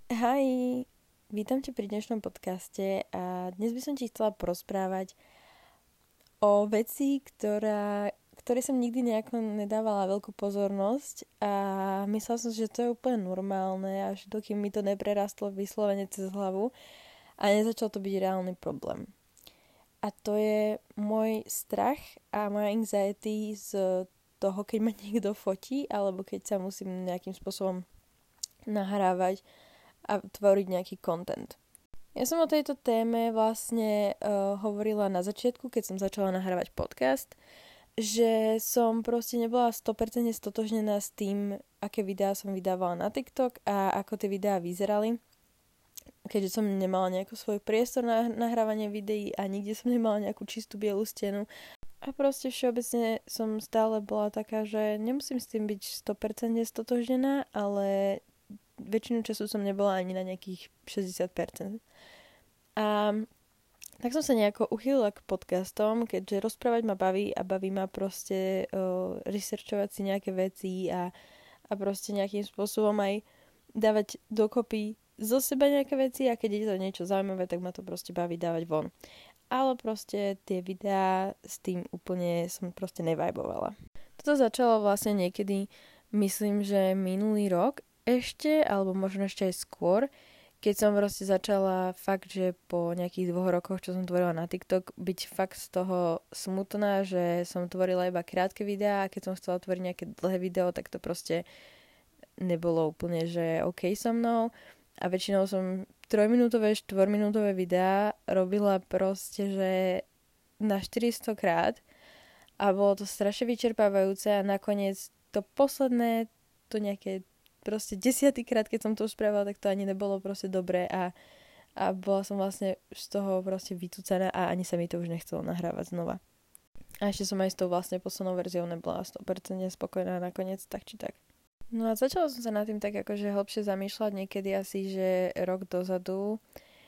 Ahoj, vítam ťa pri dnešnom podcaste a dnes by som ti chcela porozprávať o veci, ktorej som nikdy nejako nedávala veľkú pozornosť a myslela som, že to je úplne normálne, až dokým mi to neprerastlo vyslovene cez hlavu a nezačal to byť reálny problém. A to je môj strach a moja anxiety z toho, keď ma niekto fotí alebo keď sa musím nejakým spôsobom nahrávať a tvoriť nejaký content. Ja som o tejto téme vlastne hovorila na začiatku, keď som začala nahrávať podcast, že som proste nebola 100% stotožnená s tým, aké videá som vydávala na TikTok a ako tie videá vyzerali, keďže som nemala nejaký svoj priestor na nahrávanie videí a nikde som nemala nejakú čistú bielú stenu. A proste všeobecne som stále bola taká, že nemusím s tým byť 100% stotožnená, ale väčšinu času som nebola ani na nejakých 60%. A tak som sa nejako uchýlila k podcastom, keďže rozprávať ma baví a baví ma proste researchovať si nejaké veci a proste nejakým spôsobom aj dávať dokopy zo seba nejaké veci a keď je to niečo zaujímavé, tak ma to proste baví dávať von. Ale proste tie videá s tým úplne som proste nevajbovala. Toto začalo vlastne niekedy, myslím, že minulý rok ešte, alebo možno ešte aj skôr, keď som proste začala fakt, že po nejakých 2 rokoch, čo som tvorila na TikTok, byť fakt z toho smutná, že som tvorila iba krátke videá a keď som chcela tvoriť nejaké dlhé video, tak to proste nebolo úplne, že OK so mnou a väčšinou som 3-minútové, 4-minútové videá robila proste, že na 400 krát a bolo to strašne vyčerpávajúce a nakoniec to posledné, to nejaké proste 10. krát, keď som to už spravila, tak to ani nebolo proste dobré a bola som vlastne z toho proste vytúcaná a ani sa mi to už nechcelo nahrávať znova. A ešte som aj s tou vlastne poslednou verziou nebola 100% spokojná nakoniec, tak či tak. No a začala som sa nad tým tak akože hlbšie zamýšľať niekedy asi, že rok dozadu,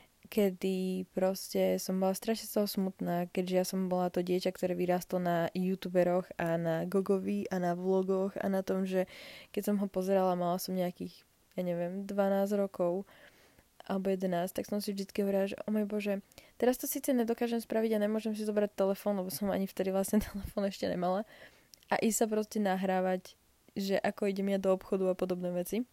kedy proste som bola strašne z toho smutná, keďže ja som bola to dieťa, ktoré vyrástlo na youtuberoch a na Gogovi a na vlogoch a na tom, že keď som ho pozerala, mala som nejakých, 12 rokov alebo 11, tak som si vždycky hovorila, že o môj Bože, teraz to síce nedokážem spraviť a nemôžem si zobrať telefón, lebo som ani vtedy vlastne telefón ešte nemala a ísť sa proste nahrávať, že ako idem ja do obchodu a podobné veci.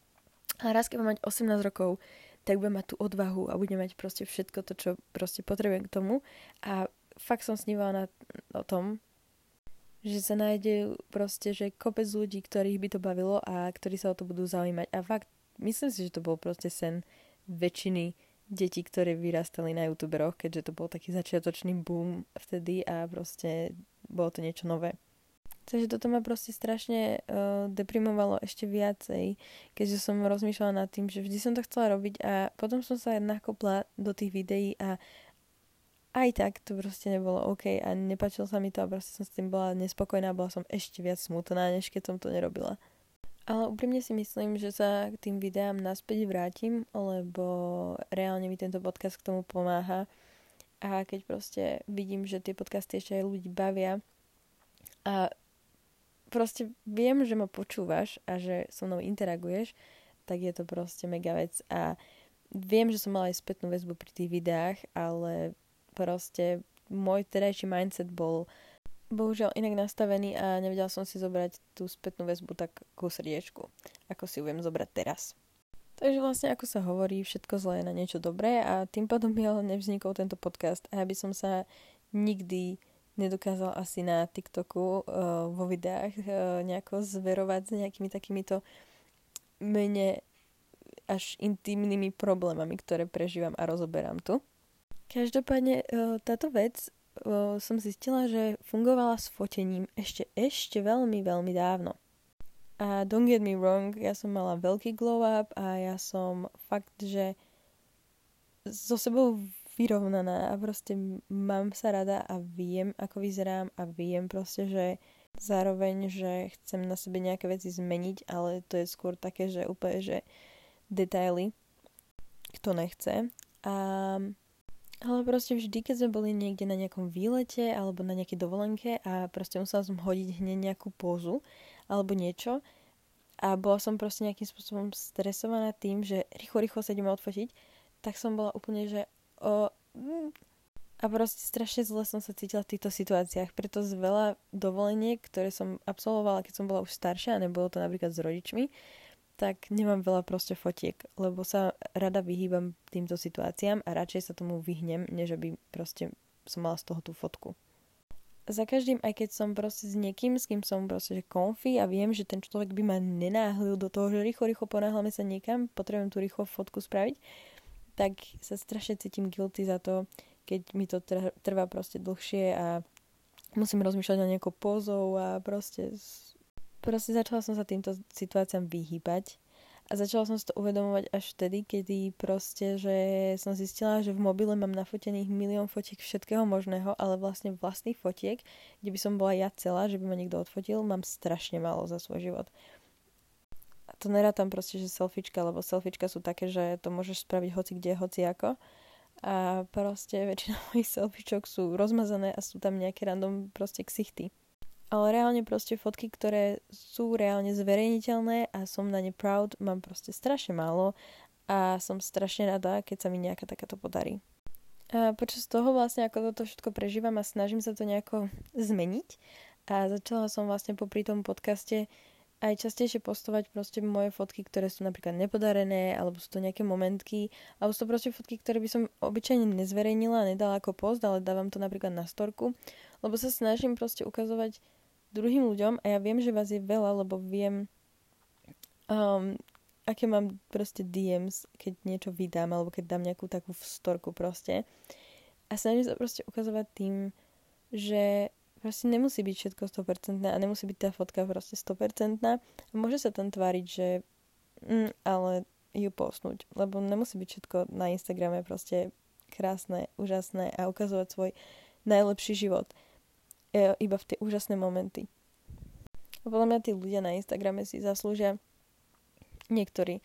A raz, keď mám mať 18 rokov, tak budem mať tú odvahu a budem mať proste všetko to, čo proste potrebujem k tomu. A fakt som snívala o tom, že sa nájde proste, že kopec ľudí, ktorých by to bavilo a ktorí sa o to budú zaujímať. A fakt, myslím si, že to bol proste sen väčšiny detí, ktoré vyrastali na youtuberoch, keďže to bol taký začiatočný boom vtedy a proste bolo to niečo nové. Takže toto ma proste strašne deprimovalo ešte viacej, keďže som rozmýšľala nad tým, že vždy som to chcela robiť a potom som sa nakopla do tých videí a aj tak to proste nebolo OK a nepáčilo sa mi to a proste som s tým bola nespokojná a bola som ešte viac smutná, než keď som to nerobila. Ale úprimne si myslím, že sa k tým videám naspäť vrátim, lebo reálne mi tento podcast k tomu pomáha a keď proste vidím, že tie podcasty ešte aj ľudí bavia a proste viem, že ma počúvaš a že so mnou interaguješ, tak je to proste mega vec a viem, že som mala aj spätnú väzbu pri tých videách, ale proste môj terajší mindset bol bohužiaľ inak nastavený a nevedela som si zobrať tú spätnú väzbu tak ku srdiečku, ako si ju viem zobrať teraz. Takže vlastne ako sa hovorí, všetko zlé je na niečo dobré a tým pádom mi ale nevznikol tento podcast a ja by som sa nikdy nedokázal asi na TikToku vo videách nejako zverovať s nejakými takýmito mne až intimnými problémami, ktoré prežívam a rozoberám tu. Každopádne táto vec som zistila, že fungovala s fotením ešte veľmi, veľmi dávno. A don't get me wrong, ja som mala veľký glow up a ja som fakt, že so sebou vyrovnaná a proste mám sa rada a viem, ako vyzerám a viem proste, že zároveň, že chcem na sebe nejaké veci zmeniť, ale to je skôr také, že úplne, že detaily, kto nechce. Ale proste vždy, keď sme boli niekde na nejakom výlete alebo na nejakej dovolenke a proste musela som hodiť hneď nejakú pózu alebo niečo a bola som proste nejakým spôsobom stresovaná tým, že rýchlo sa ideme odfotiť, tak som bola úplne, že a proste strašne zle som sa cítila v týchto situáciách. Preto z veľa dovoleniek, ktoré som absolvovala, keď som bola už staršia a nebolo to napríklad s rodičmi, tak nemám veľa proste fotiek, lebo sa rada vyhýbam týmto situáciám a radšej sa tomu vyhnem, než aby proste som mala z toho tú fotku. Za každým, aj keď som proste s niekým, s kým som proste že comfy a viem, že ten človek by ma nenáhlil do toho, že rýchlo ponáhľame sa niekam, potrebujem tú rýchlo fotku spraviť, tak sa strašne cítim guilty za to, keď mi to trvá proste dlhšie a musím rozmýšľať na nejakou pózou a proste začala som sa týmto situáciám vyhýbať a začala som si to uvedomovať až vtedy, kedy proste, že som zistila, že v mobile mám nafotených milión fotiek všetkého možného, ale vlastne vlastných fotiek, kde by som bola ja celá, že by ma niekto odfotil, mám strašne málo za svoj život. A to nerátam proste, že selfiečka, lebo selfiečka sú také, že to môžeš spraviť hoci kde, hoci ako. A proste väčšina mojich selfiečok sú rozmazané a sú tam nejaké random proste ksichty. Ale reálne proste fotky, ktoré sú reálne zverejniteľné a som na ne proud, mám proste strašne málo a som strašne rada, keď sa mi nejaká takáto podarí. A počas toho vlastne ako toto všetko prežívam a snažím sa to nejako zmeniť a začala som vlastne popri tom podcaste aj častejšie postovať proste moje fotky, ktoré sú napríklad nepodarené, alebo sú to nejaké momentky, alebo sú to proste fotky, ktoré by som obyčajne nezverejnila, nedala ako post, ale dávam to napríklad na storku, lebo sa snažím proste ukazovať druhým ľuďom a ja viem, že vás je veľa, lebo viem, aké mám proste DMs, keď niečo vydám, alebo keď dám nejakú takú storku proste. A snažím sa proste ukazovať tým, že proste nemusí byť všetko 100% a nemusí byť tá fotka proste 100%. A môže sa tam tváriť, že ale ju postnúť, lebo nemusí byť všetko na Instagrame proste krásne, úžasné a ukazovať svoj najlepší život. Iba v tie úžasné momenty. A podľa mňa tí ľudia na Instagrame si zaslúžia niektorí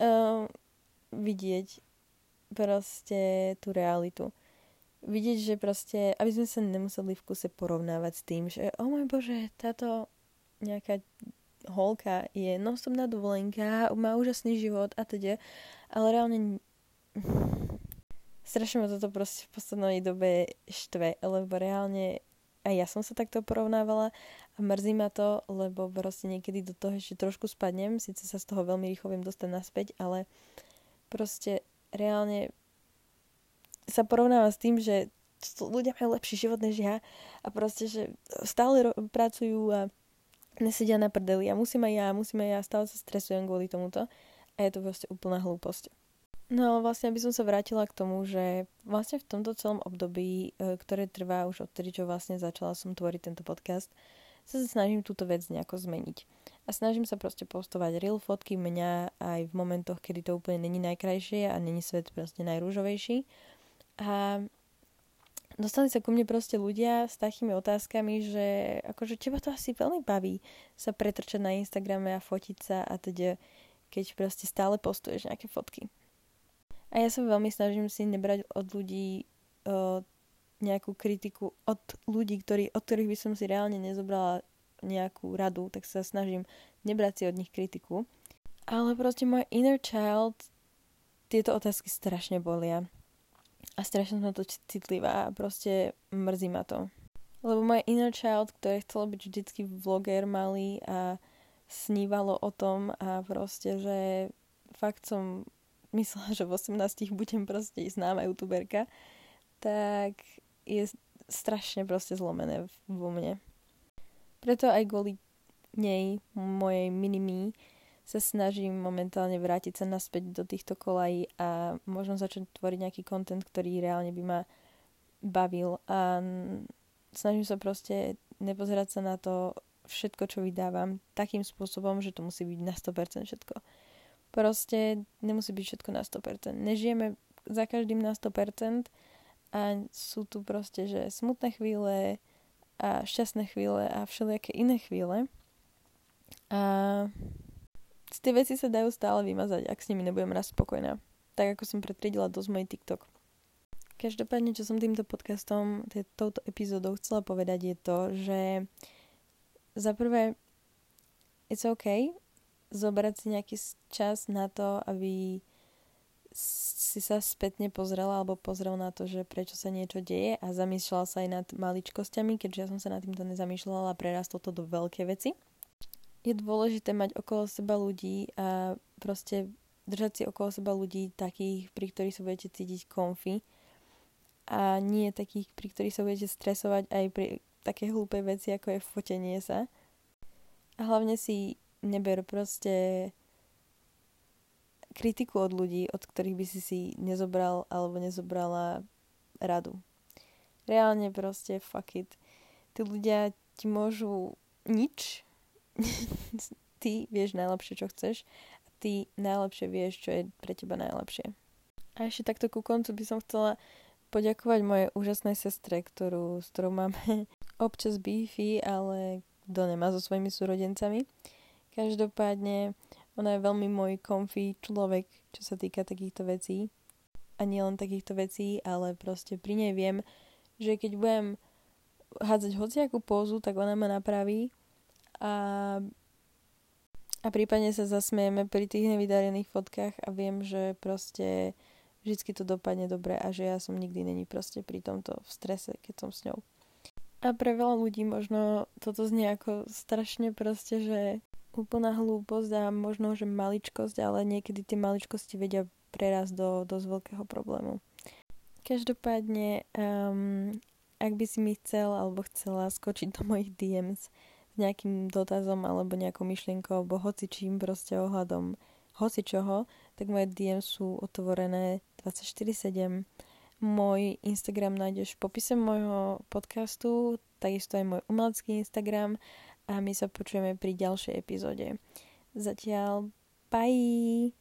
vidieť proste tú realitu. Vidieť, že proste, aby sme sa nemuseli v kuse porovnávať s tým, že môj Bože, táto nejaká holka je non-stop na dovolenka, má úžasný život a teda, ale reálne strašne ma toto proste v poslednej dobe štve, lebo reálne aj ja som sa takto porovnávala a mrzí ma to, lebo proste niekedy do toho ešte trošku spadnem, síce sa z toho veľmi rýchlo viem dostať naspäť, ale proste reálne sa porovnávam s tým, že ľudia majú lepší život než ja a proste, že stále pracujú a nesedia na prdeli a musím aj ja, stále sa stresujem kvôli tomuto a je to proste úplná hlúposť. No ale vlastne, aby som sa vrátila k tomu, že vlastne v tomto celom období, ktoré trvá už odtedy, čo vlastne začala som tvoriť tento podcast, sa snažím túto vec nejako zmeniť. A snažím sa proste postovať real fotky mňa aj v momentoch, kedy to úplne není najkrajšie a není svet proste najrúžovejší. A dostali sa ku mne proste ľudia s takými otázkami, že akože teba to asi veľmi baví sa pretrčať na Instagrame a fotiť sa a teda, keď proste stále postuješ nejaké fotky. A ja sa veľmi snažím si nebrať od ľudí nejakú kritiku od ľudí, od ktorých by som si reálne nezobrala nejakú radu, tak sa snažím nebrať si od nich kritiku. Ale proste môj inner child tieto otázky strašne bolia. A strašne som na to citlivá a proste mrzí ma to. Lebo môj inner child, ktoré chcelo byť vždycky vloger malý a snívalo o tom a proste, že fakt som myslela, že v 18 budem proste známa youtuberka, tak je strašne proste zlomené vo mne. Preto aj kvôli nej, mojej minimi, sa snažím momentálne vrátiť sa naspäť do týchto kolají a možno začať tvoriť nejaký content, ktorý reálne by ma bavil a snažím sa proste nepozerať sa na to všetko, čo vydávam takým spôsobom, že to musí byť na 100% všetko. Proste nemusí byť všetko na 100%. Nežijeme za každým na 100% a sú tu proste, že smutné chvíle a šťastné chvíle a všelijaké iné chvíle. A tie veci sa dajú stále vymazať, ak s nimi nebudem raz spokojná. Tak ako som pretriedila dosť môj TikTok. Každopádne, čo som týmto podcastom, touto epizódou chcela povedať je to, že za prvé it's okay, zobrať si nejaký čas na to, aby si sa spätne pozrela alebo pozrel na to, že prečo sa niečo deje a zamýšľala sa aj nad maličkosťami, keďže ja som sa nad týmto nezamýšľala a prerastlo to do veľké veci. Je dôležité mať okolo seba ľudí a proste držať si okolo seba ľudí takých, pri ktorých sa budete cítiť comfy a nie takých, pri ktorých sa budete stresovať aj pri také hlúpej veci, ako je fotenie sa. A hlavne si neber proste kritiku od ľudí, od ktorých by si nezobral alebo nezobrala radu. Reálne proste fuck it. Tí ľudia ti môžu nič. Ty vieš najlepšie, čo chceš a ty najlepšie vieš, čo je pre teba najlepšie. A ešte takto ku koncu by som chcela poďakovať mojej úžasnej sestre, s ktorou máme občas beefy, ale kto nemá so svojimi súrodencami. Každopádne ona je veľmi môj comfy človek, čo sa týka takýchto vecí. A nie len takýchto vecí, ale proste pri nej viem, že keď budem hádzať hociakú pózu, tak ona ma napraví a prípadne sa zasmejeme pri tých nevydarených fotkách a viem, že proste vždycky to dopadne dobre a že ja som nikdy není proste pri tomto v strese, keď som s ňou. A pre veľa ľudí možno toto znie ako strašne proste, že úplná hlúposť a možno, že maličkosť, ale niekedy tie maličkosti vedia prerásť do dosť veľkého problému. Každopádne, ak by si mi chcel alebo chcela skočiť do mojich DMs s nejakým dotazom alebo nejakou myšlienkou alebo hocičím proste ohľadom hocičoho, tak moje DMs sú otvorené 24/7. Môj Instagram nájdeš v popise môjho podcastu, takisto aj môj umelecký Instagram a my sa počujeme pri ďalšej epizóde. Zatiaľ, bye!